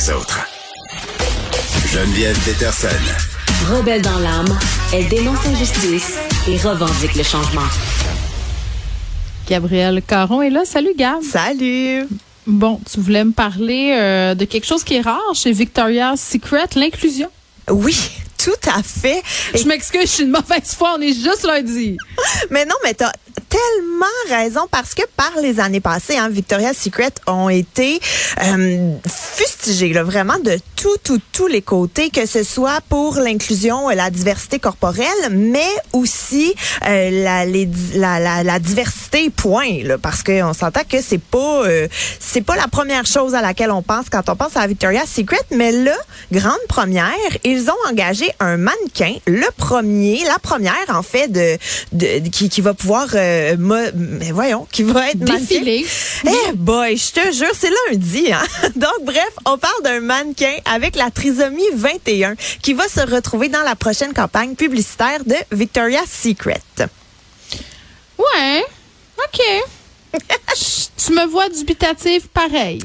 les autres. Geneviève Peterson. Rebelle dans l'âme, elle dénonce l'injustice et revendique le changement. Gabrielle Caron est là. Salut, Gab. Salut. Bon, tu voulais me parler de quelque chose qui est rare chez Victoria's Secret, l'inclusion. Oui, tout à fait. Je m'excuse, je suis une mauvaise foi, on est juste lundi. Mais non, mais t'as tellement raison parce que par les années passées, Victoria's Secret ont été fustigés, là, vraiment de tous les côtés, que ce soit pour l'inclusion, la diversité corporelle, mais aussi la diversité point, là, parce qu'on s'entend que c'est pas la première chose à laquelle on pense quand on pense à Victoria's Secret, mais là, grande première, ils ont engagé un mannequin, la première en fait qui va pouvoir qui va être défilé. Boy, je te jure, c'est lundi, hein. Donc bref, on parle d'un mannequin avec la trisomie 21 qui va se retrouver dans la prochaine campagne publicitaire de Victoria's Secret. Ouais. OK. Tu me vois dubitative pareil.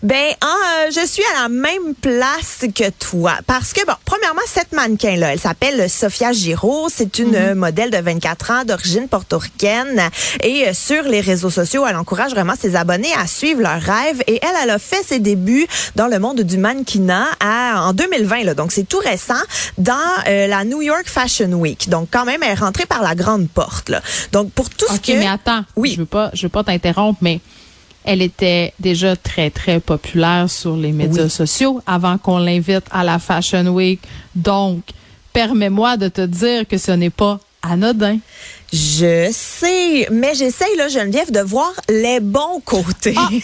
Je suis à la même place que toi. Parce que, premièrement, cette mannequin-là, elle s'appelle Sofia Giraud. C'est une modèle de 24 ans d'origine portoricaine. Et sur les réseaux sociaux, elle encourage vraiment ses abonnés à suivre leurs rêves. Et elle a fait ses débuts dans le monde du mannequinat en 2020. Là. Donc, c'est tout récent dans la New York Fashion Week. Donc, quand même, elle est rentrée par la grande porte. Là. Donc, pour tout ce que... OK, mais attends. Oui. Je veux pas t'interrompre, mais elle était déjà très, très populaire sur les médias sociaux avant qu'on l'invite à la Fashion Week. Donc, permets-moi de te dire que ce n'est pas anodin. Je sais, mais j'essaye, là, Geneviève, de voir les bons côtés. OK.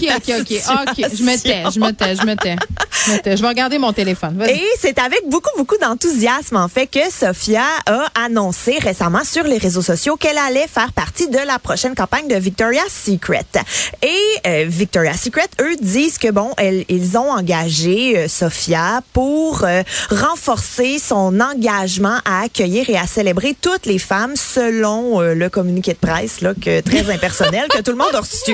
Je me tais. Je vais regarder mon téléphone. Vas-y. Et c'est avec beaucoup d'enthousiasme, en fait, que Sofia a annoncé récemment sur les réseaux sociaux qu'elle allait faire partie de la prochaine campagne de Victoria's Secret. Et Victoria's Secret, eux, disent que, ils ont engagé Sofia pour renforcer son engagement à accueillir et à célébrer toutes les femmes selon le communiqué de presse, là, très impersonnel, que tout le monde a reçu.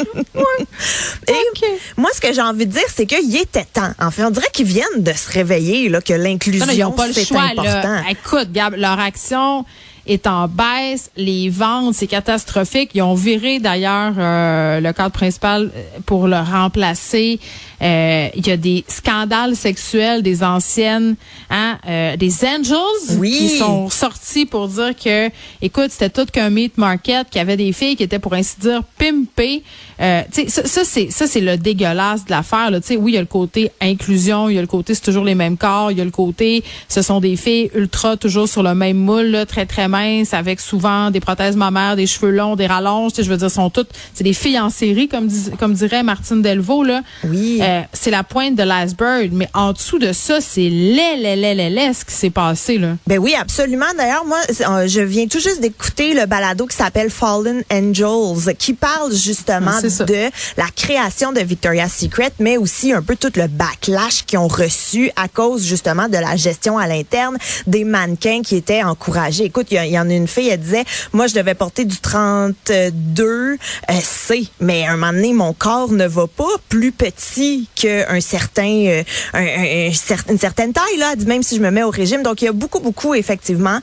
Et moi, ce que j'ai envie de dire, c'est qu'il était temps. En fait, on dirait qu'ils viennent de se réveiller, là, que l'inclusion, c'est important. Là. Écoute, Gab, leur action est en baisse. Les ventes, c'est catastrophique. Ils ont viré, d'ailleurs, le cadre principal pour le remplacer. Il y a des scandales sexuels des anciennes, des Angels qui sont sortis pour dire que, écoute, c'était tout qu'un meat market, qu'il y avait des filles qui étaient, pour ainsi dire, pimpées. Ça c'est le dégueulasse de l'affaire. Là. Oui, il y a le côté inclusion, il y a le côté c'est toujours les mêmes corps, il y a le côté ce sont des filles ultra toujours sur le même moule, là, très très minces, avec souvent des prothèses mammaires, des cheveux longs, des rallonges. Je veux dire, sont toutes, c'est des filles en série, comme dirait Martine Delvaux là. Oui. C'est la pointe de l'iceberg, mais en dessous de ça, c'est ce qui s'est passé là. Ben oui, absolument. D'ailleurs, moi, je viens tout juste d'écouter le balado qui s'appelle Fallen Angels, qui parle justement de la création de Victoria's Secret, mais aussi un peu tout le backlash qu'ils ont reçu à cause justement de la gestion à l'interne des mannequins qui étaient encouragés. Écoute, il y en a une fille, elle disait, moi, je devais porter du 32 C, mais à un moment donné, mon corps ne va pas plus petit qu'un certain, une certaine taille, là. Elle dit, même si je me mets au régime. Donc, il y a beaucoup, effectivement,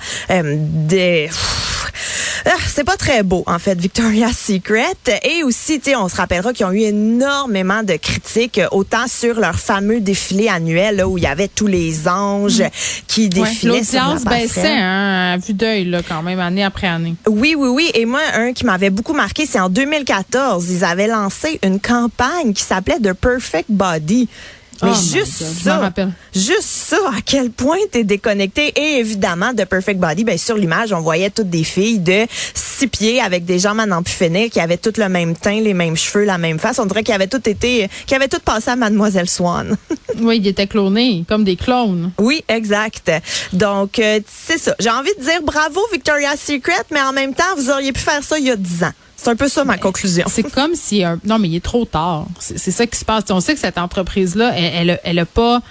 c'est pas très beau, en fait, Victoria's Secret. Et aussi, on se rappellera qu'ils ont eu énormément de critiques, autant sur leur fameux défilé annuel, là, où il y avait tous les anges qui défilaient sur la passerelle. L'audience baissait, à vue d'œil, là, quand même, année après année. Oui. Et moi, un qui m'avait beaucoup marqué, c'est en 2014. Ils avaient lancé une campagne qui s'appelait The Perfect Body. Mais juste ça, à quel point t'es déconnecté. Et évidemment, The Perfect Body, sur l'image, on voyait toutes des filles de 6 pieds avec des jambes à n'en plus finir, qui avaient toutes le même teint, les mêmes cheveux, la même face. On dirait qu'ils avaient toutes passé à Mademoiselle Swan. Oui, ils étaient clonés, comme des clones. Oui, exact. Donc, c'est ça. J'ai envie de dire bravo Victoria's Secret, mais en même temps, vous auriez pu faire ça il y a 10 ans. C'est un peu ça ma conclusion. C'est comme si non, mais il est trop tard. C'est ça qui se passe. On sait que cette entreprise-là, elle a pas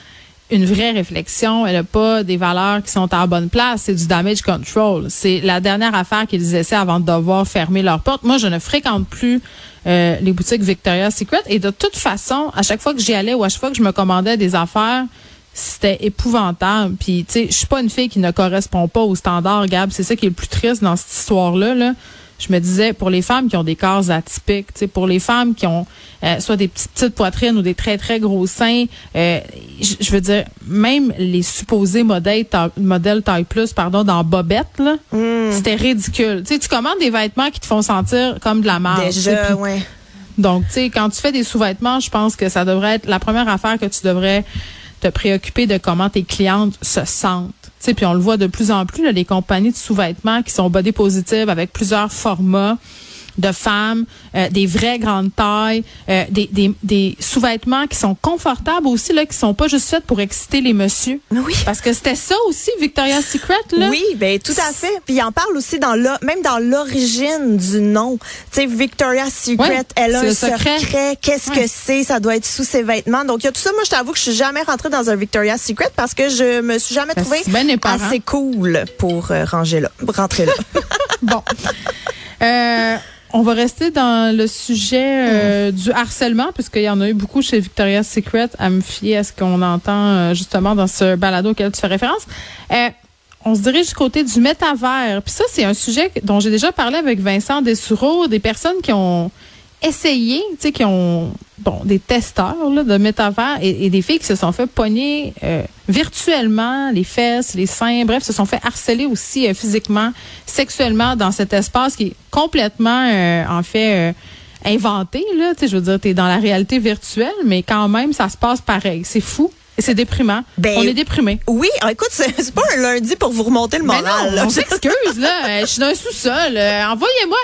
une vraie réflexion, elle n'a pas des valeurs qui sont à la bonne place, c'est du damage control. C'est la dernière affaire qu'ils essaient avant de devoir fermer leurs portes. Moi, je ne fréquente plus les boutiques Victoria's Secret et de toute façon, à chaque fois que j'y allais ou à chaque fois que je me commandais des affaires, c'était épouvantable. Puis, tu sais, je suis pas une fille qui ne correspond pas aux standards, Gab. C'est ça qui est le plus triste dans cette histoire-là, là. Je me disais, pour les femmes qui ont des corps atypiques, tu sais, pour les femmes qui ont soit des petites poitrines ou des très, très gros seins, je veux dire, même les supposés modèles taille plus, dans bobette, là, c'était ridicule. Tu sais, tu commandes des vêtements qui te font sentir comme de la merde. Déjà, ouais. Donc, tu sais, quand tu fais des sous-vêtements, je pense que ça devrait être la première affaire que tu devrais te préoccuper de comment tes clientes se sentent. Tu sais, puis on le voit de plus en plus, là, les compagnies de sous-vêtements qui sont body positives avec plusieurs formats de femmes, des vraies grandes tailles, des sous-vêtements qui sont confortables aussi, là, qui sont pas juste faits pour exciter les messieurs. Oui. Parce que c'était ça aussi, Victoria's Secret, là. Oui, ben tout à fait. Puis il en parle aussi même dans l'origine du nom. Tu sais, Victoria's Secret, elle a un secret. Qu'est-ce que c'est? Ça doit être sous ses vêtements. Donc il y a tout ça. Moi, je t'avoue que je suis jamais rentrée dans un Victoria's Secret parce que je me suis jamais trouvée assez cool pour rentrer là. Bon. On va rester dans le sujet du harcèlement, puisqu'il y en a eu beaucoup chez Victoria's Secret, à me fier à ce qu'on entend justement dans ce balado auquel tu fais référence. On se dirige du côté du métavers. Puis ça, c'est un sujet dont j'ai déjà parlé avec Vincent Dessureau, des personnes qui ont essayé, tu sais, qui ont des testeurs là, de métavers et des filles qui se sont fait pogner virtuellement les fesses, les seins, bref, se sont fait harceler aussi physiquement, sexuellement dans cet espace qui est complètement inventé là, tu sais, je veux dire, t'es dans la réalité virtuelle, mais quand même ça se passe pareil, c'est fou. Et c'est déprimant. On est déprimé. Oui, écoute, c'est pas un lundi pour vous remonter le moral. Non, on s'excuse là, je suis dans un sous-sol, envoyez-moi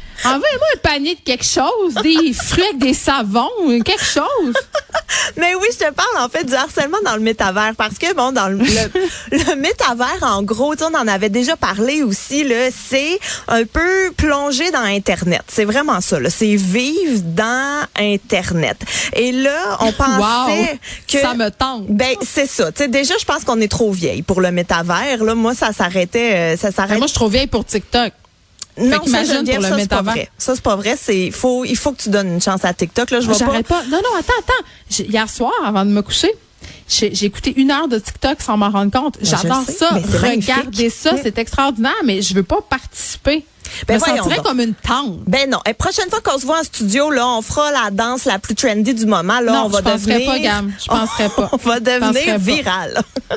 un panier de quelque chose, des fruits avec des savons, quelque chose. Mais oui, je te parle en fait du harcèlement dans le métavers parce que dans le métavers, en gros, on en avait déjà parlé aussi, là, c'est un peu plonger dans Internet. C'est vraiment ça, là. C'est vivre dans Internet. Et là, on pensait que... Ça me tente. Ben, c'est ça. Tu sais, déjà, je pense qu'on est trop vieille pour le métavers. Là, moi, ça s'arrêtait. Moi, je suis trop vieille pour TikTok. Non, ça, Geneviève, ça, c'est pas vrai. Ça, c'est pas vrai. Il faut que tu donnes une chance à TikTok. Là, j'arrête pas. Non, attends. Hier soir, avant de me coucher, j'ai écouté 1 heure de TikTok sans m'en rendre compte. J'adore ça. Regardez ça, c'est extraordinaire, mais je veux pas participer. Je me sentirais comme une tante. Ben non. Et prochaine fois qu'on se voit en studio, là, on fera la danse la plus trendy du moment. Là, non, on va devenir. Pas, Gam. Je penserais pas. On va devenir viral.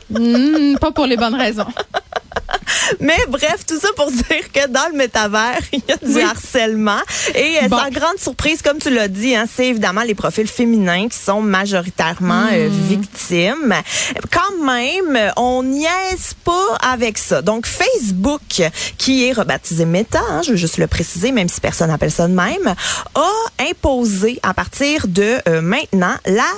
Pas pour les bonnes raisons. Mais bref, tout ça pour dire que dans le métavers, il y a du harcèlement. Et sans grande surprise, comme tu l'as dit, c'est évidemment les profils féminins qui sont majoritairement victimes. Quand même, on niaise pas avec ça. Donc, Facebook, qui est rebaptisé Meta, je veux juste le préciser, même si personne n'appelle ça de même, a imposé à partir de maintenant la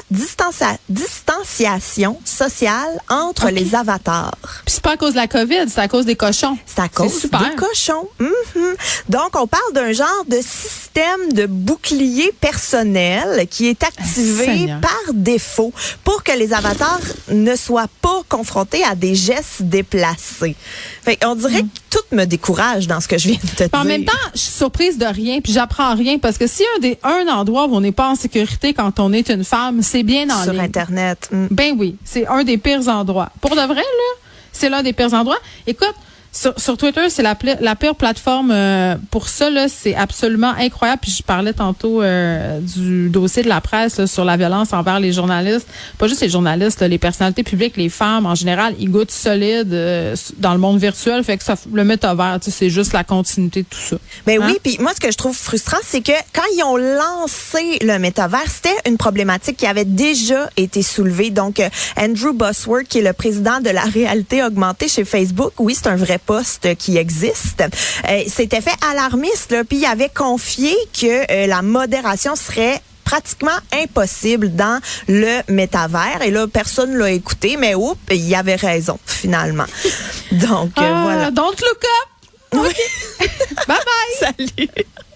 distanciation sociale entre les avatars. Puis c'est pas à cause de la COVID, c'est à cause des cochons. C'est à cause des cochons. Donc, on parle d'un genre de système de bouclier personnel qui est activé par défaut pour que les avatars ne soient pas confrontés à des gestes déplacés. Fait, on dirait que tout me décourage dans ce que je viens de te dire. En même temps, je suis surprise de rien, puis j'apprends rien, parce que s'il y a un endroit où on n'est pas en sécurité quand on est une femme, c'est bien en ligne. Sur Internet. Ben oui, c'est un des pires endroits. Pour de vrai, là, c'est l'un des pires endroits. Écoute, sur Twitter, c'est la pire plateforme pour ça, là, c'est absolument incroyable. Puis je parlais tantôt du dossier de la presse là, sur la violence envers les journalistes. Pas juste les journalistes, là, les personnalités publiques, les femmes en général, ils goûtent solide dans le monde virtuel. Fait que le métavers, c'est juste la continuité de tout ça. Ben oui, puis moi ce que je trouve frustrant, c'est que quand ils ont lancé le métavers, c'était une problématique qui avait déjà été soulevée. Donc Andrew Bosworth, qui est le président de la réalité augmentée chez Facebook, oui, c'est un vrai poste qui existe. S'était fait alarmiste, là, puis il avait confié que la modération serait pratiquement impossible dans le métavers. Et là, personne l'a écouté, mais il avait raison, finalement. Donc, voilà. Don't look up! Oui. Bye bye! Salut!